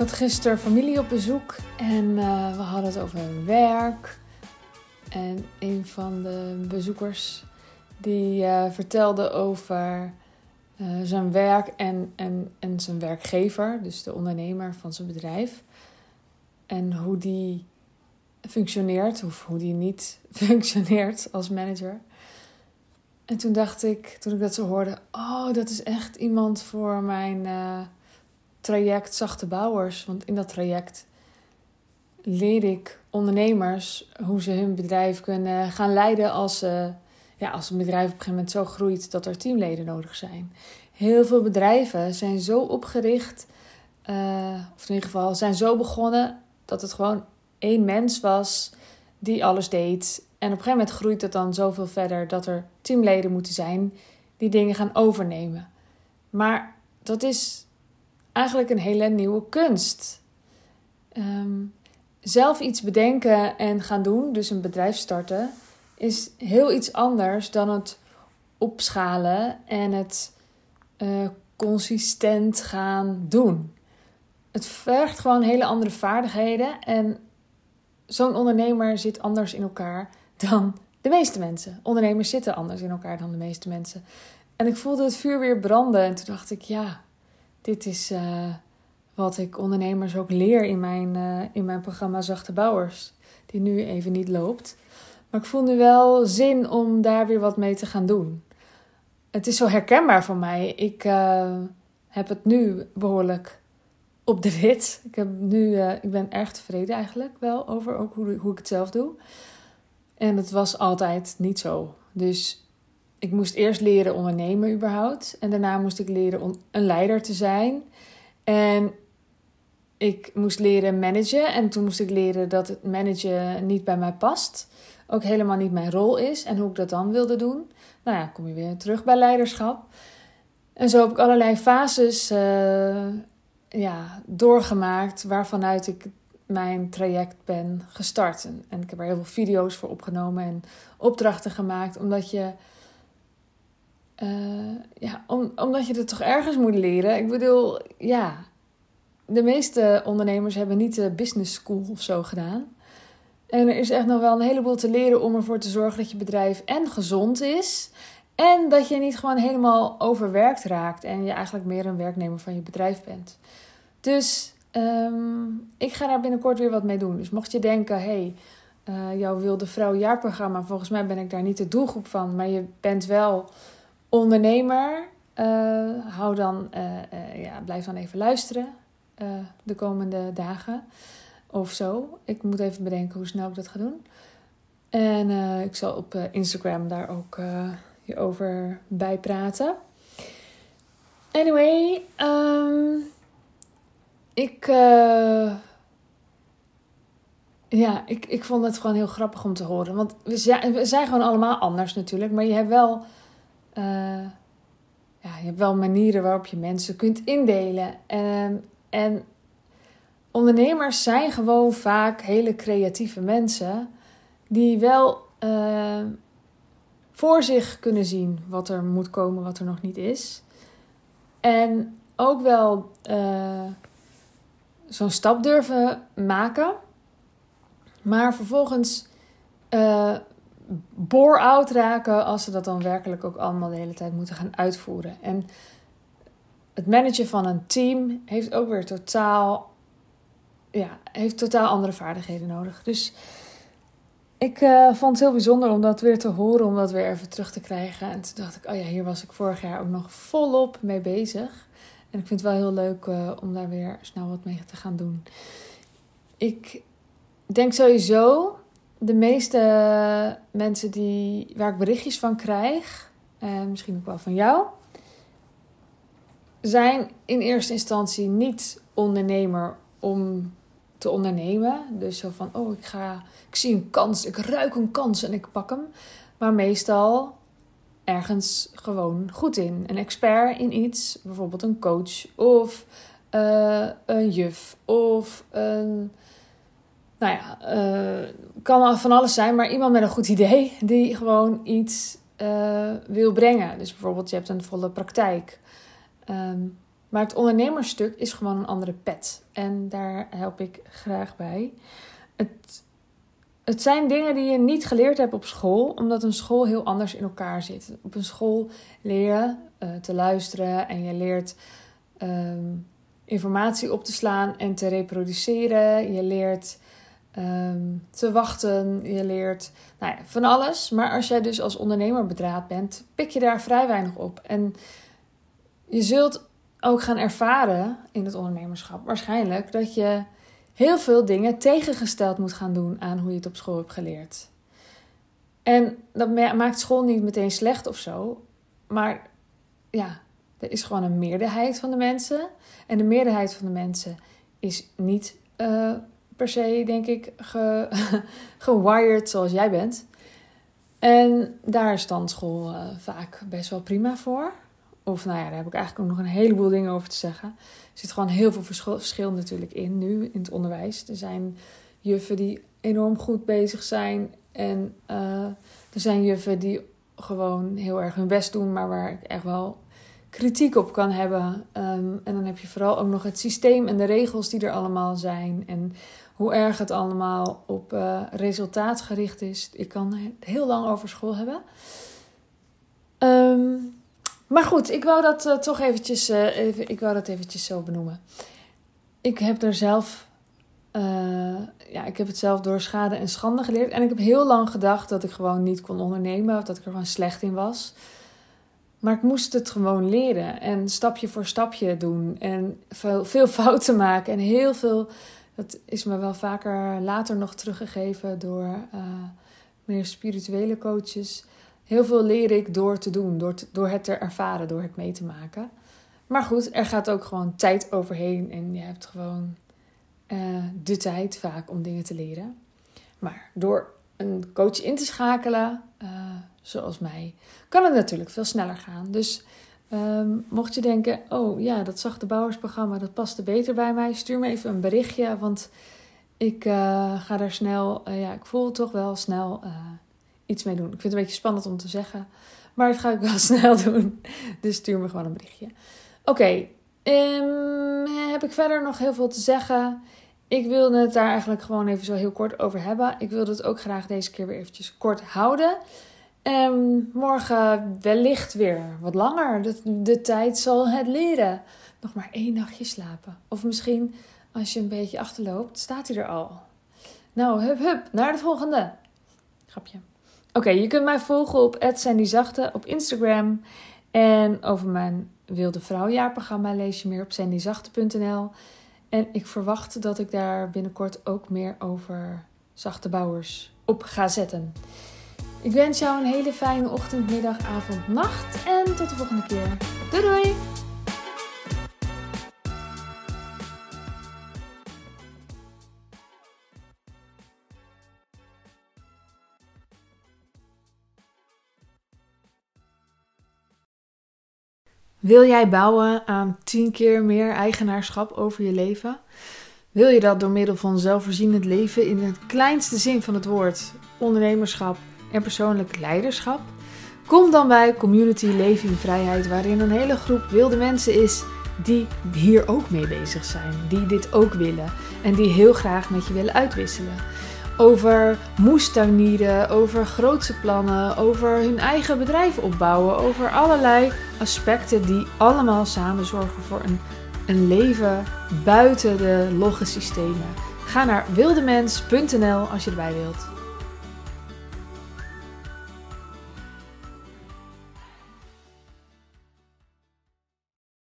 had gisteren familie op bezoek en we hadden het over werk. En een van de bezoekers die vertelde over zijn werk en zijn werkgever, dus de ondernemer van zijn bedrijf. En hoe die functioneert of hoe die niet functioneert als manager. En toen dacht ik, toen ik dat zo hoorde, oh, dat is echt iemand voor mijn traject Zachte Bouwers. Want in dat traject leer ik ondernemers hoe ze hun bedrijf kunnen gaan leiden als een bedrijf op een gegeven moment zo groeit dat er teamleden nodig zijn. Heel veel bedrijven zijn zo opgericht, of in ieder geval zijn zo begonnen dat het gewoon één mens was die alles deed. En op een gegeven moment groeit het dan zoveel verder dat er teamleden moeten zijn die dingen gaan overnemen. Maar dat is eigenlijk een hele nieuwe kunst. Zelf iets bedenken en gaan doen, dus een bedrijf starten, is heel iets anders dan het opschalen en het consistent gaan doen. Het vergt gewoon hele andere vaardigheden en zo'n ondernemer zit anders in elkaar dan de meeste mensen. Ondernemers zitten anders in elkaar dan de meeste mensen. En ik voelde het vuur weer branden en toen dacht ik, ja, dit is wat ik ondernemers ook leer in mijn programma Zachte Bouwers, die nu even niet loopt. Maar ik voel nu wel zin om daar weer wat mee te gaan doen. Het is zo herkenbaar voor mij. Ik heb het nu behoorlijk op de rit. Ik ben erg tevreden eigenlijk wel over ook hoe ik het zelf doe. En het was altijd niet zo. Dus ik moest eerst leren ondernemen überhaupt. En daarna moest ik leren om een leider te zijn. En ik moest leren managen. En toen moest ik leren dat het managen niet bij mij past. Ook helemaal niet mijn rol is. En hoe ik dat dan wilde doen. Nou ja, kom je weer terug bij leiderschap. En zo heb ik allerlei fases doorgemaakt waarvanuit ik mijn traject ben gestart. En ik heb er heel veel video's voor opgenomen en opdrachten gemaakt. Omdat je omdat je het toch ergens moet leren. Ik bedoel, ja, de meeste ondernemers hebben niet de business school of zo gedaan. En er is echt nog wel een heleboel te leren om ervoor te zorgen dat je bedrijf en gezond is. En dat je niet gewoon helemaal overwerkt raakt en je eigenlijk meer een werknemer van je bedrijf bent. Dus ik ga daar binnenkort weer wat mee doen. Dus mocht je denken, jouw Wilde Vrouw jaarprogramma, volgens mij ben ik daar niet de doelgroep van, maar je bent wel ondernemer, blijf dan even luisteren de komende dagen of zo. Ik moet even bedenken hoe snel ik dat ga doen. En ik zal op Instagram daar ook je over bijpraten. Anyway, ik vond het gewoon heel grappig om te horen. Want we zijn gewoon allemaal anders natuurlijk. Maar je hebt wel manieren waarop je mensen kunt indelen. En ondernemers zijn gewoon vaak hele creatieve mensen die wel voor zich kunnen zien wat er moet komen, wat er nog niet is. En ook wel zo'n stap durven maken. Maar vervolgens bore-out raken als ze dat dan werkelijk ook allemaal de hele tijd moeten gaan uitvoeren. En het managen van een team heeft ook weer totaal andere vaardigheden nodig. Dus ik vond het heel bijzonder om dat weer te horen, om dat weer even terug te krijgen. En toen dacht ik, hier was ik vorig jaar ook nog volop mee bezig. En ik vind het wel heel leuk om daar weer snel wat mee te gaan doen. Ik denk sowieso, de meeste mensen waar ik berichtjes van krijg, misschien ook wel van jou, zijn in eerste instantie niet ondernemer om te ondernemen. Dus zo van, ik zie een kans, ik ruik een kans en ik pak hem. Maar meestal ergens gewoon goed in. Een expert in iets, bijvoorbeeld een coach of een juf of een... kan van alles zijn, maar iemand met een goed idee die gewoon iets wil brengen. Dus bijvoorbeeld je hebt een volle praktijk. Maar het ondernemersstuk is gewoon een andere pet. En daar help ik graag bij. Het zijn dingen die je niet geleerd hebt op school, omdat een school heel anders in elkaar zit. Op een school leer je te luisteren en je leert informatie op te slaan en te reproduceren. Je leert te wachten, je leert van alles. Maar als jij dus als ondernemer bedraad bent, pik je daar vrij weinig op. En je zult ook gaan ervaren in het ondernemerschap waarschijnlijk dat je heel veel dingen tegengesteld moet gaan doen aan hoe je het op school hebt geleerd. En dat maakt school niet meteen slecht of zo. Maar ja, er is gewoon een meerderheid van de mensen. En de meerderheid van de mensen is niet per se, denk ik, gewired zoals jij bent. En daar is dan school vaak best wel prima voor. Of daar heb ik eigenlijk ook nog een heleboel dingen over te zeggen. Er zit gewoon heel veel verschil natuurlijk in nu in het onderwijs. Er zijn juffen die enorm goed bezig zijn. En er zijn juffen die gewoon heel erg hun best doen, maar waar ik echt wel kritiek op kan hebben. En dan heb je vooral ook nog het systeem en de regels die er allemaal zijn. En hoe erg het allemaal op resultaat gericht is. Ik kan het heel lang over school hebben. Maar goed, ik wou dat toch eventjes, eventjes zo benoemen. Ik heb er zelf, ik heb het zelf door schade en schande geleerd. En ik heb heel lang gedacht dat ik gewoon niet kon ondernemen. Of dat ik er gewoon slecht in was. Maar ik moest het gewoon leren. En stapje voor stapje doen. En veel fouten maken. En heel veel, dat is me wel vaker later nog teruggegeven door meer spirituele coaches. Heel veel leer ik door te doen, door het te ervaren, door het mee te maken. Maar goed, er gaat ook gewoon tijd overheen en je hebt gewoon de tijd vaak om dingen te leren. Maar door een coach in te schakelen, zoals mij, kan het natuurlijk veel sneller gaan. Dus mocht je denken, oh ja, dat Zachte Bouwersprogramma, dat paste beter bij mij. Stuur me even een berichtje, want ik ga daar snel, ik voel toch wel snel iets mee doen. Ik vind het een beetje spannend om te zeggen, maar dat ga ik wel snel doen. Dus stuur me gewoon een berichtje. Oké, heb ik verder nog heel veel te zeggen? Ik wilde het daar eigenlijk gewoon even zo heel kort over hebben. Ik wilde het ook graag deze keer weer eventjes kort houden. Morgen wellicht weer wat langer. De tijd zal het leren. Nog maar 1 nachtje slapen. Of misschien, als je een beetje achterloopt, staat hij er al. Nou, hup, naar de volgende. Grapje. Oké, je kunt mij volgen op @sandyzachte op Instagram. En over mijn Wilde Vrouwjaarprogramma lees je meer op sandyzachte.nl. En ik verwacht dat ik daar binnenkort ook meer over zachte bouwers op ga zetten. Ik wens jou een hele fijne ochtend, middag, avond, nacht. En tot de volgende keer. Doei doei! Wil jij bouwen aan 10 keer meer eigenaarschap over je leven? Wil je dat door middel van zelfvoorzienend leven in het kleinste zin van het woord, ondernemerschap en persoonlijk leiderschap? Kom dan bij Community Leven in Vrijheid, waarin een hele groep wilde mensen is die hier ook mee bezig zijn, die dit ook willen en die heel graag met je willen uitwisselen. Over moestuinieren, over grootse plannen, over hun eigen bedrijf opbouwen, over allerlei aspecten die allemaal samen zorgen voor een leven buiten de logge systemen. Ga naar wildemens.nl als je erbij wilt.